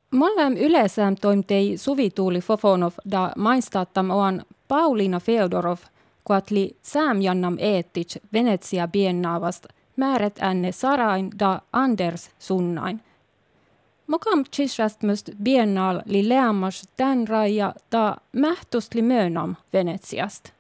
Mollem yleensä toimitei Suvituuli Fofonov da mainstaattam oan Pauliina Feodorov, kuatli Säämjannam Eettich Venetsia biennaavast määret änne Sarain da Anders sunnain. Mokam tjisrast möst biennaal li leammas tän raja da mähtust li möönam Venetsiast.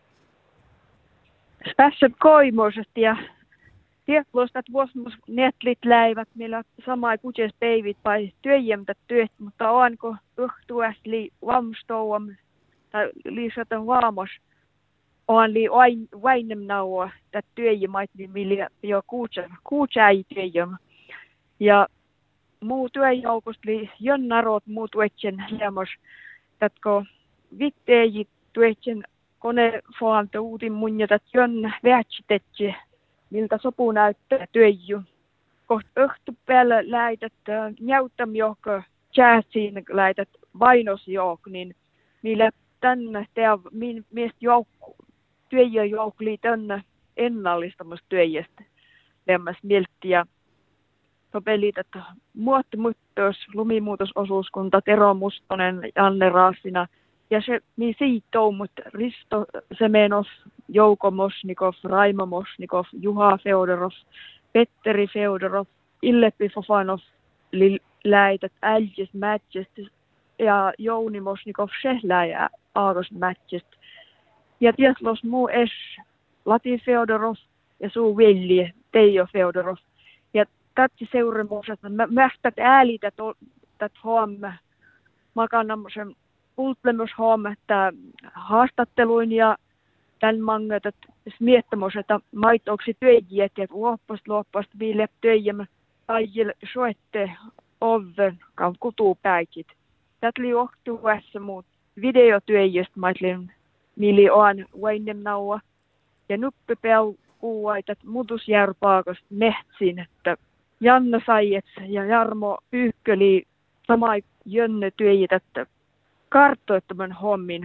Spässet koimoiset ja tietloistat vuosmus netlit läivät, millä samai kutjes peivit vai työjemtä työt, mutta onko yhtuäst li vamstouam tai lisätän vaamos on li vainem naua tät työjemait, millä jo kuutsai työjem. Ja muu työjoukost li jonnarot muu tuetsen lämmös, tätkö vitteejit tuetsen kone foamta uutin munjatat jon vähtsitetje, miltä sopu näyttää työju. Kohta öhty päällä läität näyttäm johko tjäätsiin läität vainosjouk, niin millä tänne tää miestä työjouk lii tänne ennallistamassa työjästä lämmäs mielttiä. Sopelit, että muottimuuttos, lumimuutososuuskunta, Tero Mustonen, Janne Raasina. Ja se, niin siitä on, mutta Risto Semenov, Jouko Mosnikov, Raimo Mosnikov, Juha Feodorov, Petteri Feodorov, Illeppi Fofanov, läität Äljes Mätjest ja Jouni Mosnikov, Sehläjä Aaros Mätjest. Ja tietlos muu Lati Feodorov ja suu velje Teijo Feodorov. Tätä seuraamuksesta, että mähtät äälitä tätä hommaa. Mä kannan sen kultlemushommia, että haastatteluin ja tämän mangat, että miettimus, että maitoksi työjiet ja luoppasta viille työjemme ajille soitte oven kautta kutupäikit. Tätä oli ohtuessa muut videotyöjistä, millä on vainem naua ja nuppipel kuuait, että mutusjärpaakosta mehtsin, että Janna Saijets ja Jarmo Pyykköli samai jönne työjit, että kartoittaman hommin,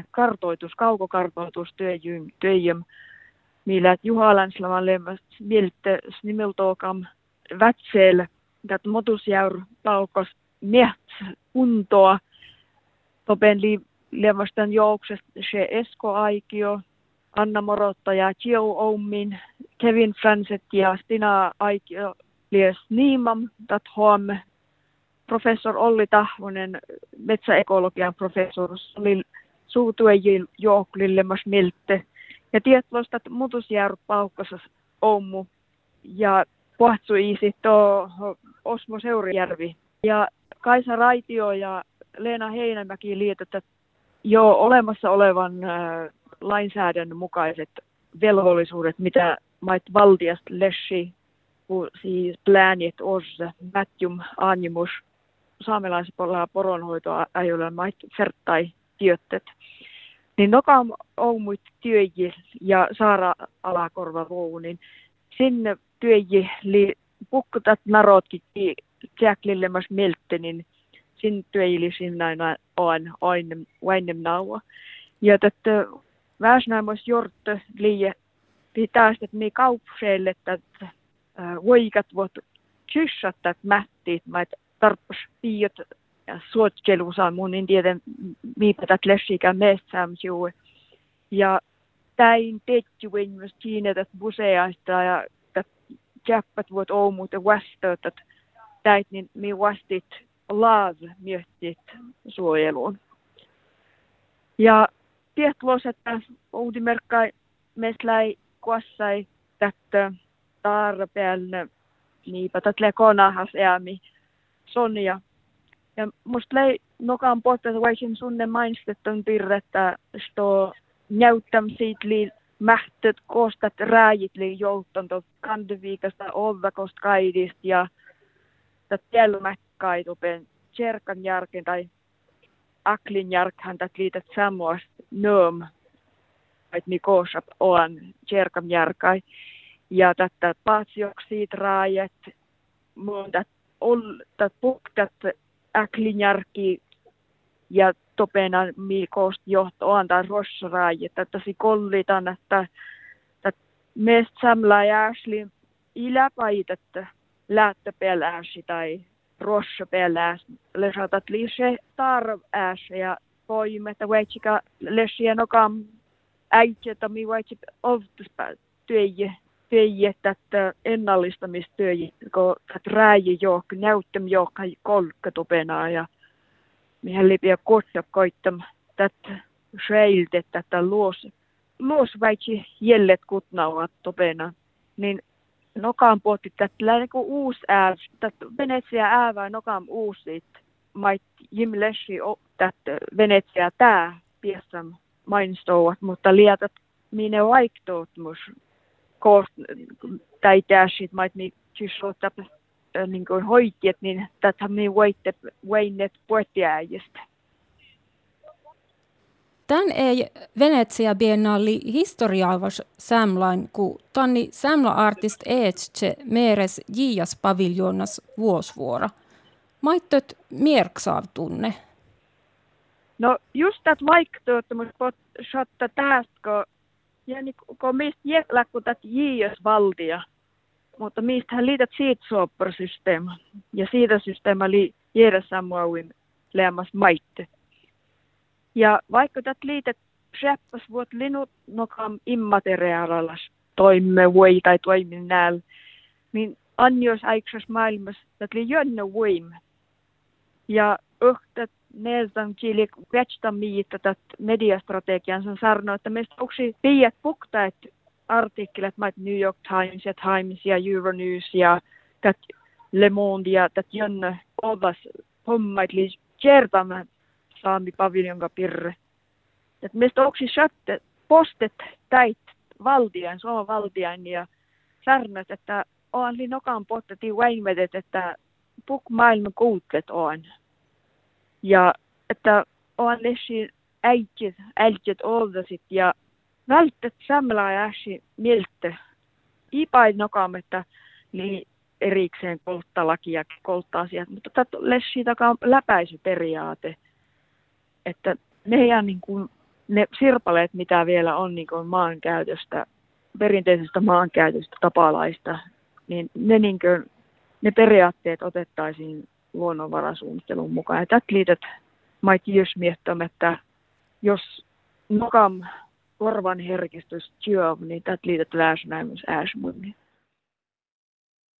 kaukokartoitustyöjym, millä Juha Länslavan lemmäst mieltä nimeltookam vätseel, että motusjäur paukos meht kuntoa, topen lemmästän jouksesta se Esko Aikio, Anna Morotta ja Jiu Oumin, Kevin Franset ja Stina Aikio, lies niimam dat homme professor Olli Tahvonen, metsäekologian professorus, oli suutuejil jouklillemas milte. Ja tietlosta mutusjärp paukkasas Oummu ja pohtsui sitten Osmo Seurijärvi. Ja Kaisa Raitio ja Leena Heinämäki liitettä jo olemassa olevan lainsäädännön mukaiset velvollisuudet, mitä mait valtiasta lessi, siis plänit os, mätjum, animus, saamelaisella poronhoitoa ajoilla mait fertai työttet. Niin nokam oumut työji ja Saara Alakorva vou, niin sinne työji pukkutat narotkin tjäklillemas mieltä, niin sinne työji sinne on vainem naua. Ja tätä väsnämös jortte liian pitää sitten niin kaupseelle, että voikat voit kyssata mättiit, mä tarppas piiot ja suotkeluusaa mun en tiedä, miipä tät lessikään meessään juuri. Ja täin tetjuin myös siinä, että buseasta ja käppät voit oumut ja vastaat, että täit niin mi vastit laav miettit suojeluun. Ja tietlos, että uudimerkkai meistä läi kuassai tätä tarpeellinen niipä tätä konahas äämi Sonja. Ja musta läi nokaan pohtaa, että vaikin sunne mainstetton pirrettä sto näyttäm siitä li mähtöt koostat rääjit li jouttanto kandeviikasta ovakosta kaidista ja tätä telmäkkaitupen Tjerkanjärken tai Aklinjärkhän tätä liität samoista nööm, että mi koosap on Tjerkanjärkai. Ja tätä paatsioksiit raajat, mun tätä puktat Aklinjärki ja topena mi koost johto on tai rossaraajat, että si kollitan, että meistä samla jääsli iläpait, että lähtöpeläsi tai rossa pelääs. Lesatat liise tarvääs ja poimetta väitsika lesiä nokam äitsä, mi väitsä ovtuspä työjä tätä ennallistamistyöjä, kun tätä rääjä johonkin, näyttäm johonkin kolkkatupenaa ja mihän lipiä kohta koittam tätä seiltä, tätä luos väitsi jället kutnauat topena, niin nokam pohti tätä niinku uusi ääv, tätä Venetsia äävää nokam uusit, mait jimlesi tätä Venetsia tää piesam mainstouat, mutta lietat minne vaiktoutmus tai täsit mait mi tysota niin kuin hoitiet, niin tätä mi voinet puhtiäijästä. Tän ei Venetsia biennalli historiaavas samlain, kun tanni samla-artist eetse meeres jias paviljonas vuosvuora. Maittot mierksaav tunne? No just tätä vaiktoutmus shotta tästä, kun mistä jäkläkku tätä jias valtia, mutta mistä hän liität siitä sooppersysteema. Ja siitä systeema oli jäädä samoin lämmäs maitte. Ja vaikka tätä liitet säppäs vuot linut nokam immateriaalilas toimme voi tai toimin näillä, niin anjois aiksas maailmassa tätä oli jönne voimme. Ja yhtä näiltään kieli vetstamiita tätä mediastrategiansa sarno, että meistä onksi piiät puktaet artikkelet, mait New York Times ja Times ja Euronews ja tätä Le Monde ja tätä jönne ovas hommait li kertamaan saami paviljonka pirre. Että meistä onksi chatte postet täit valtian, Suomen valtian ja sarnat, että on li nokan potteti väimetet, että puk maailman kuutlet on. Ja että on lesi äijät oltasit ja välttet samalla äsi mieltä. Ipaid nokam, että li erikseen kolttalaki ja koltta-asiat, mutta tätä lesi takaa läpäisyperiaate. Että niin kuin, ne sirpaleet, mitä vielä on niin kuin maankäytöstä, perinteisestä maankäytöstä, tapalaista, niin ne periaatteet otettaisiin luonnonvarasuunnittelun mukaan. Ja tätä liitet mait jos miettiä, että jos nokam korvan herkistys työv, niin tätä liitet läsnäimys ääsmunni.